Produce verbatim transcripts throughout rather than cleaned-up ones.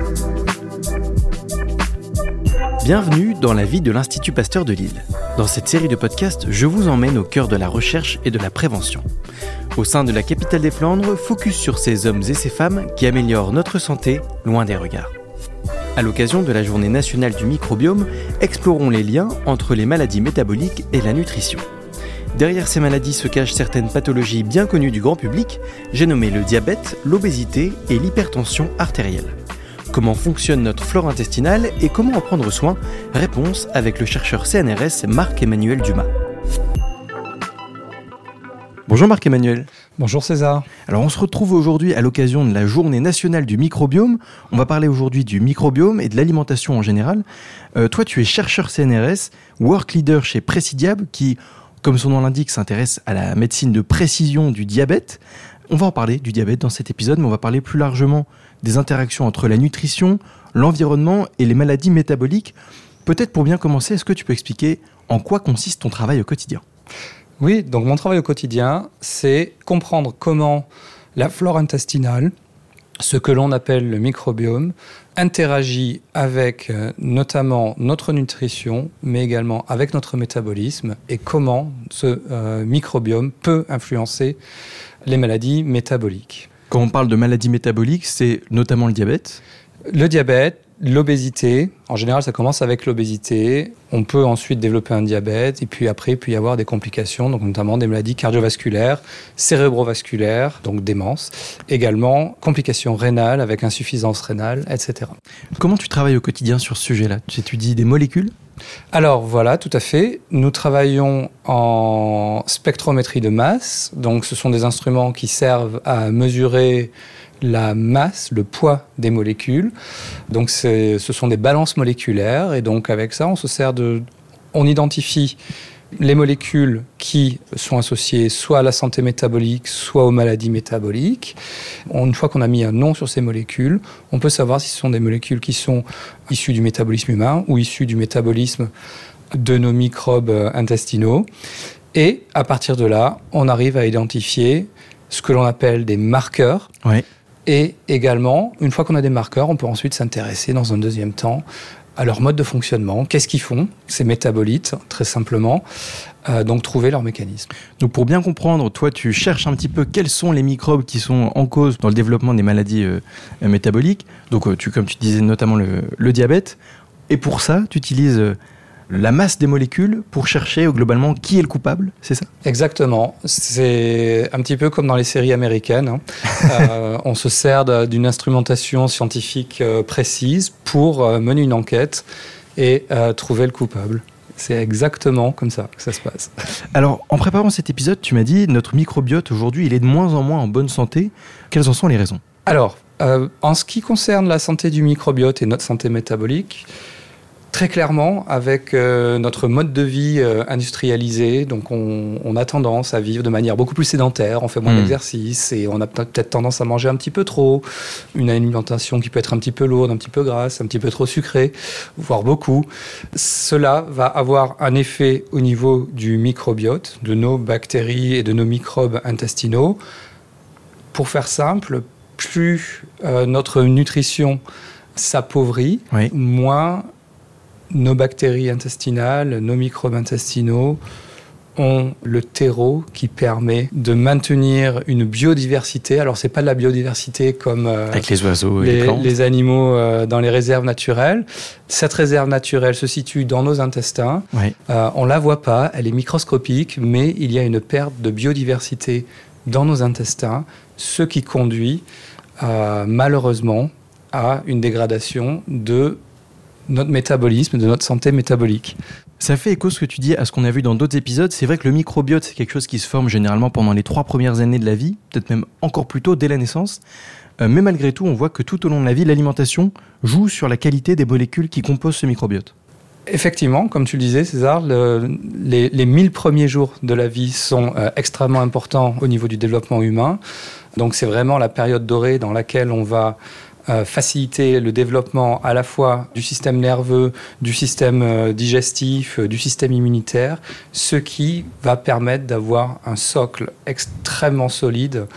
Bienvenue dans la vie de l'Institut Pasteur de Lille. Dans cette série de podcasts, je vous emmène au cœur de la recherche et de la prévention. Au sein de la capitale des Flandres, focus sur ces hommes et ces femmes qui améliorent notre santé loin des regards. À l'occasion de la Journée nationale du microbiome, explorons les liens entre les maladies métaboliques et la nutrition. Derrière ces maladies se cachent certaines pathologies bien connues du grand public, j'ai nommé le diabète, l'obésité et l'hypertension artérielle. Comment fonctionne notre flore intestinale et comment en prendre soin? Réponse avec le chercheur C N R S Marc-Emmanuel Dumas. Bonjour Marc-Emmanuel. Bonjour César. Alors on se retrouve aujourd'hui à l'occasion de la Journée nationale du microbiome. On va parler aujourd'hui du microbiome et de l'alimentation en général. Euh, toi tu es chercheur C N R S, work leader chez Precidiab qui, comme son nom l'indique, s'intéresse à la médecine de précision du diabète. On va en parler du diabète dans cet épisode, mais on va parler plus largement des interactions entre la nutrition, l'environnement et les maladies métaboliques. Peut-être pour bien commencer, est-ce que tu peux expliquer en quoi consiste ton travail au quotidien ? Oui, donc mon travail au quotidien, c'est comprendre comment la flore intestinale, ce que l'on appelle le microbiome, interagit avec euh, notamment notre nutrition, mais également avec notre métabolisme, et comment ce euh, microbiome peut influencer les maladies métaboliques. Quand on parle de maladies métaboliques, c'est notamment le diabète ? Le diabète, l'obésité, en général ça commence avec l'obésité, on peut ensuite développer un diabète et puis après il peut y avoir des complications, donc notamment des maladies cardiovasculaires, cérébrovasculaires, donc démence, également complications rénales avec insuffisance rénale, et cetera. Comment tu travailles au quotidien sur ce sujet-là ? Tu étudies des molécules ? Alors voilà, tout à fait. Nous travaillons en spectrométrie de masse, donc ce sont des instruments qui servent à mesurer la masse, le poids des molécules. Donc c'est, ce sont des balances moléculaires et donc avec ça on se sert de, on identifie les molécules qui sont associées soit à la santé métabolique, soit aux maladies métaboliques. Une fois qu'on a mis un nom sur ces molécules, on peut savoir si ce sont des molécules qui sont issues du métabolisme humain ou issues du métabolisme de nos microbes intestinaux. Et à partir de là, on arrive à identifier ce que l'on appelle des marqueurs. Oui. Et également, une fois qu'on a des marqueurs, on peut ensuite s'intéresser dans un deuxième temps à leur mode de fonctionnement. Qu'est-ce qu'ils font, ces métabolites, très simplement, euh, donc trouver leur mécanisme. Donc pour bien comprendre, toi tu cherches un petit peu quels sont les microbes qui sont en cause dans le développement des maladies euh, métaboliques. Donc euh, tu, comme tu disais notamment le, le diabète. Et pour ça, tu utilises euh, la masse des molécules pour chercher euh, globalement qui est le coupable, c'est ça ? Exactement. C'est un petit peu comme dans les séries américaines. Hein. euh, on se sert de, d'une instrumentation scientifique euh, précise pour euh, mener une enquête et euh, trouver le coupable. C'est exactement comme ça que ça se passe. Alors, en préparant cet épisode, tu m'as dit notre microbiote aujourd'hui, il est de moins en moins en bonne santé. Quelles en sont les raisons ? Alors, euh, en ce qui concerne la santé du microbiote et notre santé métabolique, très clairement, avec euh, notre mode de vie euh, industrialisé, donc on, on a tendance à vivre de manière beaucoup plus sédentaire, on fait moins mmh. d'exercice et on a peut-être tendance à manger un petit peu trop, une alimentation qui peut être un petit peu lourde, un petit peu grasse, un petit peu trop sucrée, voire beaucoup. Cela va avoir un effet au niveau du microbiote, de nos bactéries et de nos microbes intestinaux. Pour faire simple, plus euh, notre nutrition s'appauvrit, oui. moins nos bactéries intestinales, nos microbes intestinaux ont le terreau qui permet de maintenir une biodiversité. Alors, ce n'est pas de la biodiversité comme euh, avec les oiseaux et les, les plantes. les animaux euh, dans les réserves naturelles. Cette réserve naturelle se situe dans nos intestins. Oui. Euh, on ne la voit pas, elle est microscopique, mais il y a une perte de biodiversité dans nos intestins, ce qui conduit euh, malheureusement à une dégradation de notre métabolisme, de notre santé métabolique. Ça fait écho ce que tu dis à ce qu'on a vu dans d'autres épisodes. C'est vrai que le microbiote, c'est quelque chose qui se forme généralement pendant les trois premières années de la vie, peut-être même encore plus tôt, dès la naissance. Euh, mais malgré tout, on voit que tout au long de la vie, l'alimentation joue sur la qualité des molécules qui composent ce microbiote. Effectivement, comme tu le disais, César, le, les, les mille premiers jours de la vie sont euh, extrêmement importants au niveau du développement humain. Donc c'est vraiment la période dorée dans laquelle on va euh, faciliter le développement à la fois du système nerveux, du système euh, digestif, euh, du système immunitaire, ce qui va permettre d'avoir un socle extrêmement solide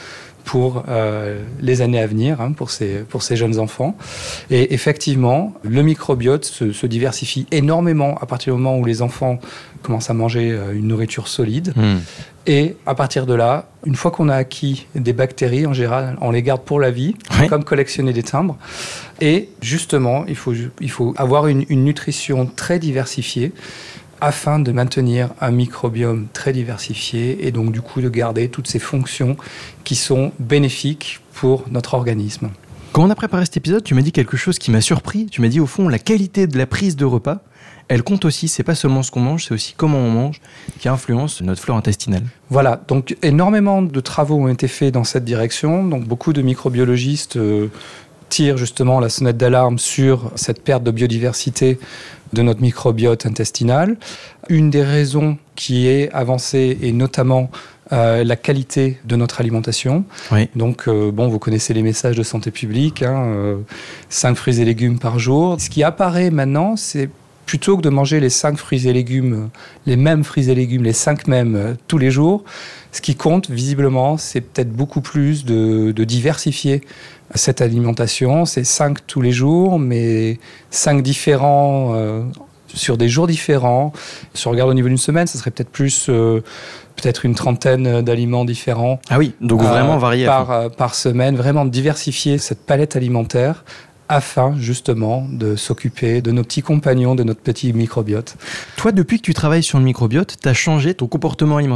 pour euh, les années à venir, hein, pour, ces, pour ces jeunes enfants. Et effectivement, le microbiote se, se diversifie énormément à partir du moment où les enfants commencent à manger euh, une nourriture solide. Mmh. Et à partir de là, une fois qu'on a acquis des bactéries, en général, on les garde pour la vie, oui. comme collectionner des timbres. Et justement, il faut, il faut avoir une, une nutrition très diversifiée afin de maintenir un microbiome très diversifié et donc du coup de garder toutes ces fonctions qui sont bénéfiques pour notre organisme. Quand on a préparé cet épisode, tu m'as dit quelque chose qui m'a surpris. Tu m'as dit au fond, la qualité de la prise de repas, elle compte aussi. C'est pas seulement ce qu'on mange, c'est aussi comment on mange qui influence notre flore intestinale. Voilà, donc énormément de travaux ont été faits dans cette direction. Donc beaucoup de microbiologistes euh, tirent justement la sonnette d'alarme sur cette perte de biodiversité de notre microbiote intestinal. Une des raisons qui est avancée est notamment euh, la qualité de notre alimentation. Oui. Donc, euh, bon, vous connaissez les messages de santé publique, hein, euh, cinq fruits et légumes par jour. Ce qui apparaît maintenant, c'est plutôt que de manger les cinq fruits et légumes, les mêmes fruits et légumes, les cinq mêmes euh, tous les jours, ce qui compte visiblement, c'est peut-être beaucoup plus de, de diversifier cette alimentation. C'est cinq tous les jours, mais cinq différents euh, sur des jours différents. Si on regarde au niveau d'une semaine, ça serait peut-être plus, euh, peut-être une trentaine d'aliments différents. Ah oui, donc euh, vraiment varié. Par, euh, par semaine, vraiment diversifier cette palette alimentaire afin justement de s'occuper de nos petits compagnons, de notre petit microbiote. Toi, depuis que tu travailles sur le microbiote, tu as changé ton comportement alimentaire ?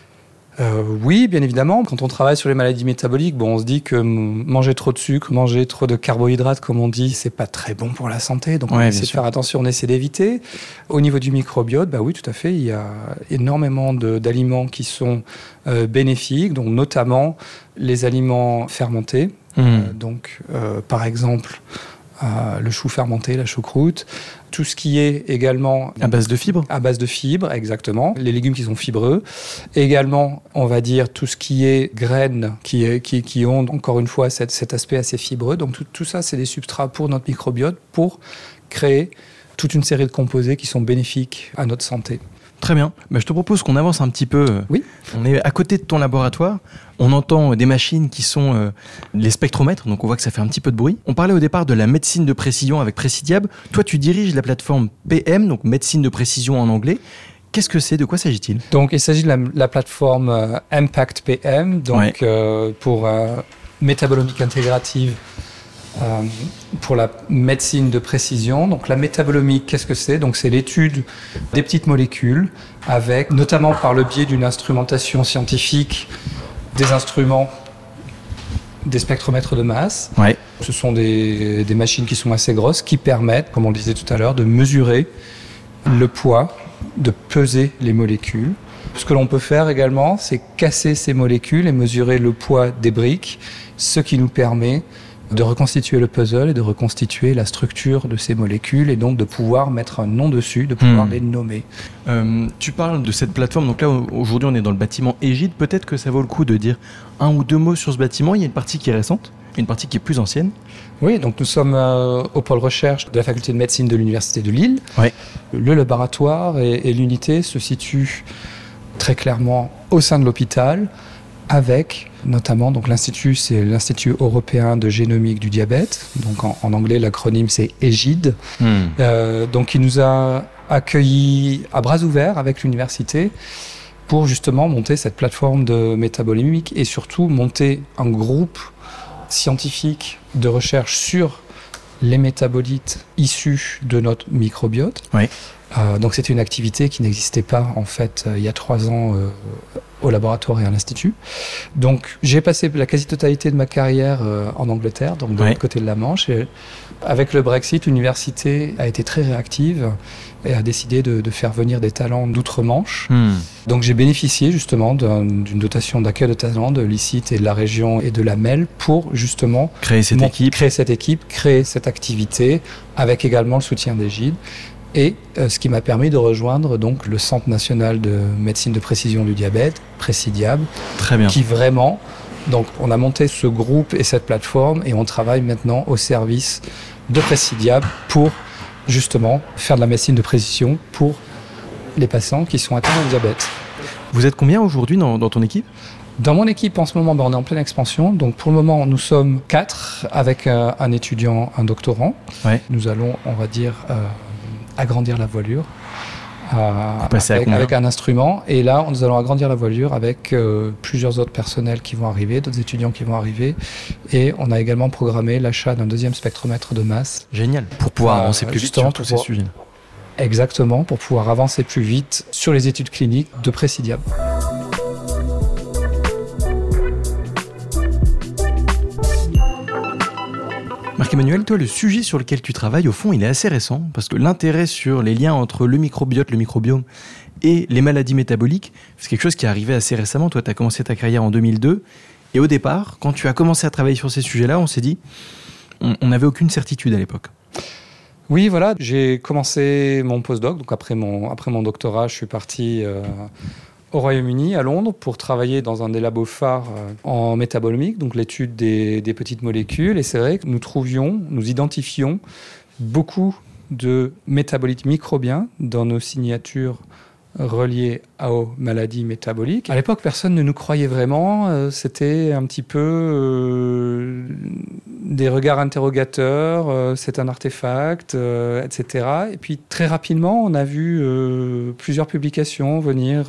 Euh, oui, bien évidemment. Quand on travaille sur les maladies métaboliques, bon, on se dit que manger trop de sucre, manger trop de carbohydrates, comme on dit, c'est pas très bon pour la santé. Donc, ouais, on essaie de faire attention, on essaie d'éviter. Au niveau du microbiote, bah oui, tout à fait. Il y a énormément de, d'aliments qui sont euh, bénéfiques, donc notamment les aliments fermentés. Mmh. Euh, donc, euh, par exemple, euh, le chou fermenté, la choucroute. Tout ce qui est également... À base de fibres ? À base de fibres, exactement. Les légumes qui sont fibreux. Également, on va dire, tout ce qui est graines, qui, est, qui, qui ont, encore une fois, cet, cet aspect assez fibreux. Donc, tout, tout ça, c'est des substrats pour notre microbiote, pour créer toute une série de composés qui sont bénéfiques à notre santé. Très bien. Bah, je te propose qu'on avance un petit peu. Oui. On est à côté de ton laboratoire. On entend des machines qui sont euh, les spectromètres, donc on voit que ça fait un petit peu de bruit. On parlait au départ de la médecine de précision avec Precidiab. Toi, tu diriges la plateforme P M, donc médecine de précision en anglais. Qu'est-ce que c'est ? De quoi s'agit-il ? Donc, il s'agit de la, la plateforme euh, Impact P M, donc ouais. euh, pour euh, métabolomique intégrative. Euh, pour la médecine de précision. Donc la métabolomique, qu'est-ce que c'est ? Donc c'est l'étude des petites molécules avec, notamment par le biais d'une instrumentation scientifique, des instruments, des spectromètres de masse. Ouais. Ce sont des, des machines qui sont assez grosses, qui permettent, comme on le disait tout à l'heure, de mesurer le poids, de peser les molécules. Ce que l'on peut faire également, c'est casser ces molécules et mesurer le poids des briques, ce qui nous permet de reconstituer le puzzle et de reconstituer la structure de ces molécules et donc de pouvoir mettre un nom dessus, de pouvoir mmh. les nommer. Euh, tu parles de cette plateforme, donc là aujourd'hui on est dans le bâtiment Égide, peut-être que ça vaut le coup de dire un ou deux mots sur ce bâtiment. Il y a une partie qui est récente, une partie qui est plus ancienne. Oui, donc nous sommes euh, au pôle recherche de la faculté de médecine de l'université de Lille. Ouais. Le laboratoire et, et l'unité se situent très clairement au sein de l'hôpital, avec notamment, donc l'Institut, c'est l'Institut européen de génomique du diabète. Donc en, en anglais, l'acronyme c'est Égide. Mmh. Euh, donc il nous a accueillis à bras ouverts avec l'université pour justement monter cette plateforme de métabolomique et surtout monter un groupe scientifique de recherche sur les métabolites issus de notre microbiote. Oui. Euh, donc c'était une activité qui n'existait pas en fait euh, il y a trois ans euh, au laboratoire et à l'institut. Donc j'ai passé la quasi-totalité de ma carrière euh, en Angleterre, donc de ouais. l'autre côté de la Manche. Et avec le Brexit, l'université a été très réactive et a décidé de, de faire venir des talents d'outre-Manche. Hmm. Donc j'ai bénéficié justement d'un, d'une dotation d'accueil de talents de l'I C I T et de la région et de la M E L pour justement créer cette mon, équipe, créer cette équipe, créer cette activité avec également le soutien d'Égide. Et euh, ce qui m'a permis de rejoindre donc le Centre national de médecine de précision du diabète, Precidiab, très bien, qui vraiment, donc on a monté ce groupe et cette plateforme et on travaille maintenant au service de Precidiab pour justement faire de la médecine de précision pour les patients qui sont atteints de diabète. Vous êtes combien aujourd'hui dans, dans ton équipe ? Dans mon équipe, en ce moment, ben, on est en pleine expansion. Donc, pour le moment, nous sommes quatre avec euh, un étudiant, un doctorant. Ouais. Nous allons, on va dire, euh, agrandir la voilure euh, passer avec, à avec un instrument. Et là, nous allons agrandir la voilure avec euh, plusieurs autres personnels qui vont arriver, d'autres étudiants qui vont arriver. Et on a également programmé l'achat d'un deuxième spectromètre de masse. Génial. Pour pouvoir Euh, avancer plus vite justement, sur tous ces pour- sujets. Exactement, pour pouvoir avancer plus vite sur les études cliniques de Précidiam. Marc-Emmanuel, toi, le sujet sur lequel tu travailles, au fond, il est assez récent, parce que l'intérêt sur les liens entre le microbiote, le microbiome et les maladies métaboliques, c'est quelque chose qui est arrivé assez récemment. Toi, tu as commencé ta carrière en deux mille deux, et au départ, quand tu as commencé à travailler sur ces sujets-là, on s'est dit, on n'avait aucune certitude à l'époque. Oui, voilà, j'ai commencé mon postdoc, donc après mon, après mon doctorat, je suis parti euh, au Royaume-Uni, à Londres, pour travailler dans un des labos phares euh, en métabolomique, donc l'étude des, des petites molécules. Et c'est vrai que nous trouvions, nous identifions beaucoup de métabolites microbiens dans nos signatures reliées aux maladies métaboliques. À l'époque, personne ne nous croyait vraiment. Euh, c'était un petit peu euh, des regards interrogateurs. Euh, c'est un artefact, euh, et cetera. Et puis très rapidement, on a vu euh, plusieurs publications venir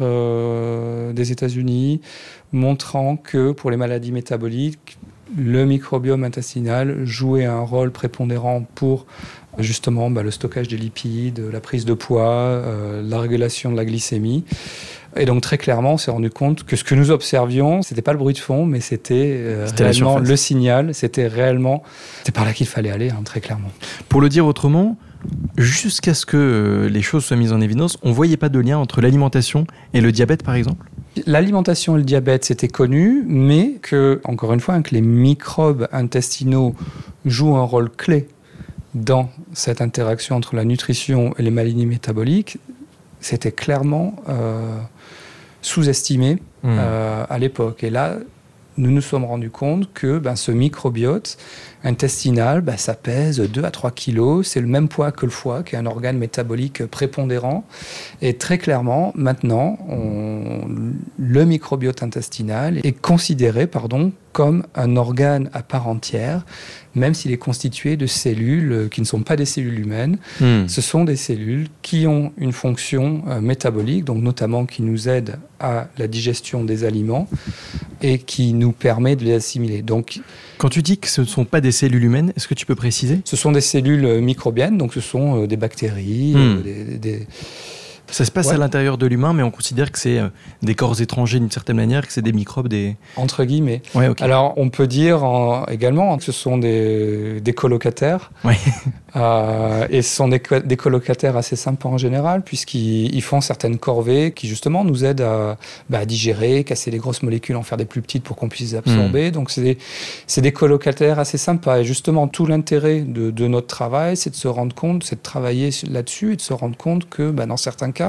euh, des États-Unis montrant que pour les maladies métaboliques, le microbiome intestinal jouait un rôle prépondérant pour justement bah, le stockage des lipides, la prise de poids, euh, la régulation de la glycémie. Et donc très clairement, on s'est rendu compte que ce que nous observions, c'était pas le bruit de fond, mais c'était, euh, C'était la réellement surface. le signal. C'était réellement, c'était par là qu'il fallait aller, hein, très clairement. Pour le dire autrement, jusqu'à ce que euh, les choses soient mises en évidence, on ne voyait pas de lien entre l'alimentation et le diabète, par exemple ? L'alimentation et le diabète, c'était connu, mais que, encore une fois, hein, que les microbes intestinaux jouent un rôle clé dans cette interaction entre la nutrition et les maladies métaboliques, c'était clairement euh, sous-estimé Mmh. euh, à l'époque. Et là, nous nous sommes rendus compte que ben, ce microbiote intestinal, ben, ça pèse deux à trois kilos. C'est le même poids que le foie, qui est un organe métabolique prépondérant. Et très clairement, maintenant, on, le microbiote intestinal est considéré pardon, comme un organe à part entière, même s'il est constitué de cellules qui ne sont pas des cellules humaines. Mmh. Ce sont des cellules qui ont une fonction euh, métabolique, donc notamment qui nous aident à la digestion des aliments et qui nous permet de les assimiler. Donc, Quand tu dis que ce ne sont pas des cellules humaines, est-ce que tu peux préciser ? ce sont des cellules euh, microbiennes, donc ce sont euh, des bactéries, Hmm. euh, des, des- des- Ça se passe Ouais. à l'intérieur de l'humain, mais on considère que c'est euh, des corps étrangers d'une certaine manière, que c'est des microbes, des... entre guillemets. Ouais, ok. Alors, on peut dire en- également que ce sont des, des colocataires. Ouais. Euh, et ce sont des, co- des colocataires assez sympas en général, puisqu'ils ils font certaines corvées qui, justement, nous aident à, bah, à digérer, casser les grosses molécules, en faire des plus petites pour qu'on puisse les absorber. Donc, c'est des, c'est des colocataires assez sympas. Et justement, tout l'intérêt de, de notre travail, c'est de se rendre compte, c'est de travailler là-dessus et de se rendre compte que, bah, dans certains cas,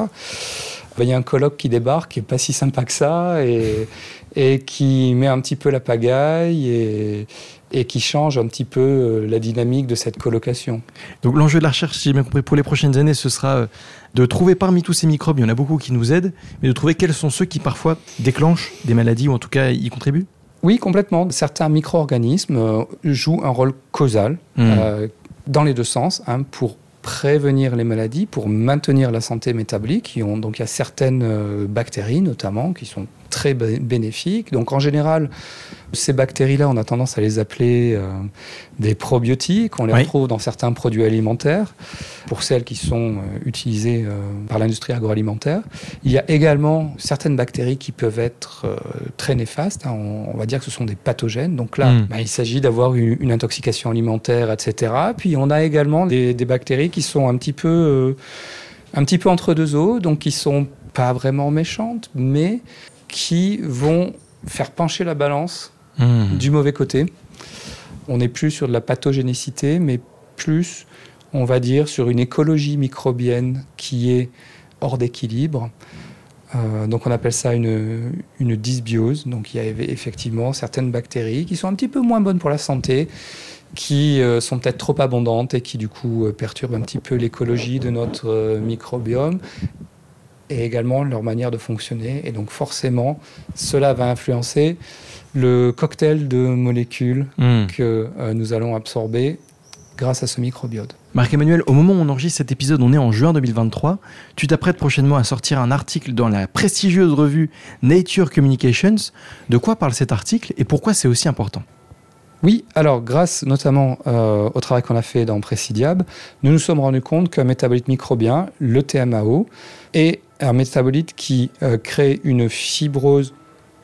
il y a un coloc qui débarque qui n'est pas si sympa que ça et, et qui met un petit peu la pagaille et, et qui change un petit peu euh, la dynamique de cette colocation. Donc l'enjeu de la recherche, si j'ai bien compris, pour les prochaines années, ce sera euh, de trouver parmi tous ces microbes, il y en a beaucoup qui nous aident, mais de trouver quels sont ceux qui parfois déclenchent des maladies ou en tout cas y contribuent. Oui, complètement. Certains micro-organismes euh, jouent un rôle causal Mmh. euh, dans les deux sens, hein, pour prévenir les maladies, pour maintenir la santé métabolique. Qui ont, donc il y a certaines euh, bactéries notamment qui sont très bé- bénéfiques. Donc en général, ces bactéries-là, on a tendance à les appeler euh, des probiotiques. On les Oui. retrouve dans certains produits alimentaires, pour celles qui sont euh, utilisées euh, par l'industrie agroalimentaire. Il y a également certaines bactéries qui peuvent être euh, très néfastes. Hein. On, on va dire que ce sont des pathogènes. Donc là, Mm. bah, il s'agit d'avoir une, une intoxication alimentaire, et cetera. Puis on a également des, des bactéries qui sont un petit peu, euh, un petit peu entre deux eaux, donc qui sont pas vraiment méchantes, mais qui vont faire pencher la balance Mmh. du mauvais côté. On n'est plus sur de la pathogénicité, mais plus, on va dire, sur une écologie microbienne qui est hors d'équilibre. Euh, donc on appelle ça une, une dysbiose. Donc il y a effectivement certaines bactéries qui sont un petit peu moins bonnes pour la santé, qui euh, sont peut-être trop abondantes et qui du coup euh, perturbent un petit peu l'écologie de notre euh, microbiome. et également leur manière de fonctionner. Et donc forcément, cela va influencer le cocktail de molécules mmh. que euh, nous allons absorber grâce à ce microbiote. Marc-Emmanuel, au moment où on enregistre cet épisode, on est en juin deux mille vingt-trois. Tu t'apprêtes prochainement à sortir un article dans la prestigieuse revue Nature Communications. De quoi parle cet article et pourquoi c'est aussi important ? Oui, alors grâce notamment euh, au travail qu'on a fait dans Précidiab, nous nous sommes rendus compte qu'un métabolite microbien, le T M A O, est un métabolite qui euh, crée une fibrose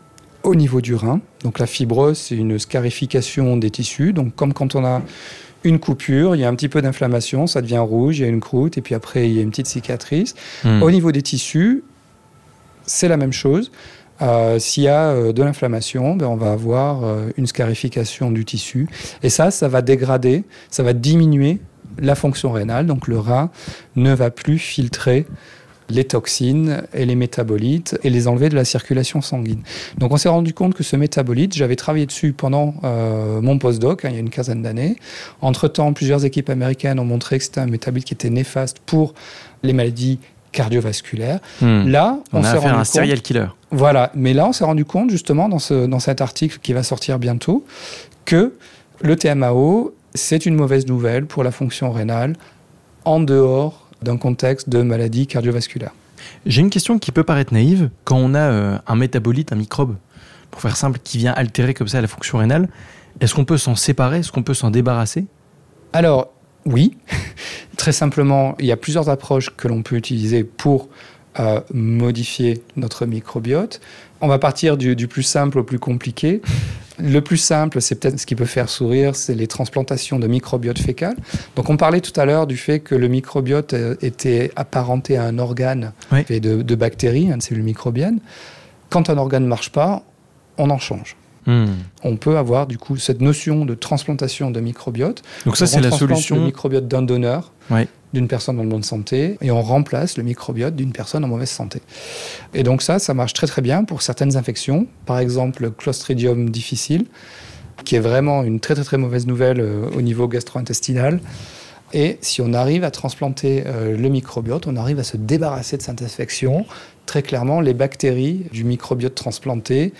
au niveau du rein. Donc la fibrose, c'est une scarification des tissus. Donc comme quand on a une coupure, il y a un petit peu d'inflammation, ça devient rouge, il y a une croûte, et puis après, il y a une petite cicatrice. Mmh. Au niveau des tissus, c'est la même chose. Euh, s'il y a euh, de l'inflammation, ben, on va avoir euh, une scarification du tissu. Et ça, ça va dégrader, ça va diminuer la fonction rénale. Donc le rein ne va plus filtrer les toxines et les métabolites et les enlever de la circulation sanguine. Donc on s'est rendu compte que ce métabolite, j'avais travaillé dessus pendant euh, mon postdoc, hein, il y a une quinzaine d'années. Entre-temps, plusieurs équipes américaines ont montré que c'était un métabolite qui était néfaste pour les maladies cardiovasculaires. Mmh. Là, on, on s'est a rendu fait un compte, serial killer. Voilà, mais là on s'est rendu compte justement dans, ce, dans cet article qui va sortir bientôt que le T M A O, c'est une mauvaise nouvelle pour la fonction rénale en dehors d'un contexte de maladie cardiovasculaire. J'ai une question qui peut paraître naïve. Quand on a euh, un métabolite, un microbe, pour faire simple, qui vient altérer comme ça la fonction rénale, est-ce qu'on peut s'en séparer ? Est-ce qu'on peut s'en débarrasser ? Alors, oui. Très simplement, il y a plusieurs approches que l'on peut utiliser pour euh, modifier notre microbiote. On va partir du, du plus simple au plus compliqué. Le plus simple, c'est peut-être ce qui peut faire sourire, c'est les transplantations de microbiote fécal. Donc on parlait tout à l'heure du fait que le microbiote était apparenté à un organe oui. fait de, de bactéries, hein, de cellules microbiennes. Quand un organe ne marche pas, on en change. Mmh. On peut avoir du coup cette notion de transplantation de microbiote. Donc ça, c'est la solution. Le microbiote d'un donneur, oui. d'une personne en bonne santé, et on remplace le microbiote d'une personne en mauvaise santé. Et donc ça, ça marche très très bien pour certaines infections, par exemple le Clostridium difficile, qui est vraiment une très très très mauvaise nouvelle euh, au niveau gastro-intestinal. Et si on arrive à transplanter euh, le microbiote, on arrive à se débarrasser de cette infection. Très clairement, les bactéries du microbiote transplanté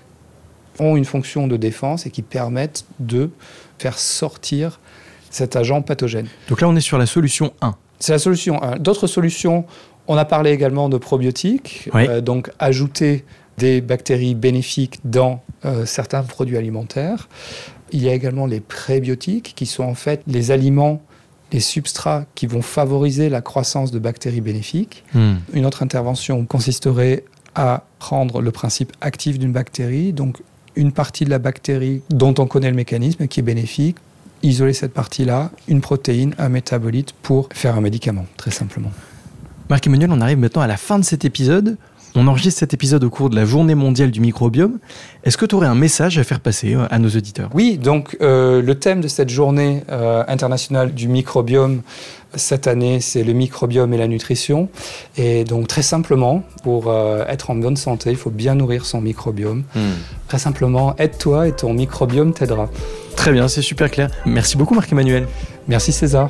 ont une fonction de défense et qui permettent de faire sortir cet agent pathogène. Donc là, on est sur la solution un. C'est la solution un. D'autres solutions, on a parlé également de probiotiques, oui. euh, donc ajouter des bactéries bénéfiques dans euh, certains produits alimentaires. Il y a également les prébiotiques, qui sont en fait les aliments, les substrats qui vont favoriser la croissance de bactéries bénéfiques. Hmm. Une autre intervention consisterait à prendre le principe actif d'une bactérie, donc une partie de la bactérie dont on connaît le mécanisme, qui est bénéfique, isoler cette partie-là, une protéine, un métabolite pour faire un médicament, très simplement. Marc-Emmanuel, on arrive maintenant à la fin de cet épisode. On enregistre cet épisode au cours de la Journée mondiale du microbiome. Est-ce que tu aurais un message à faire passer à nos auditeurs ? Oui, donc euh, le thème de cette Journée euh, internationale du microbiome, cette année, c'est le microbiome et la nutrition. Et donc très simplement, pour euh, être en bonne santé, il faut bien nourrir son microbiome. Mmh. Très simplement, aide-toi et ton microbiome t'aidera. Très bien, c'est super clair. Merci beaucoup Marc-Emmanuel. Merci César.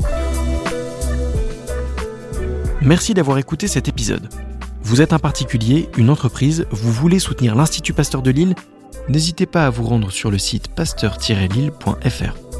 Merci d'avoir écouté cet épisode. Vous êtes un particulier, une entreprise, vous voulez soutenir l'Institut Pasteur de Lille ? N'hésitez pas à vous rendre sur le site pasteur tiret lille point f r.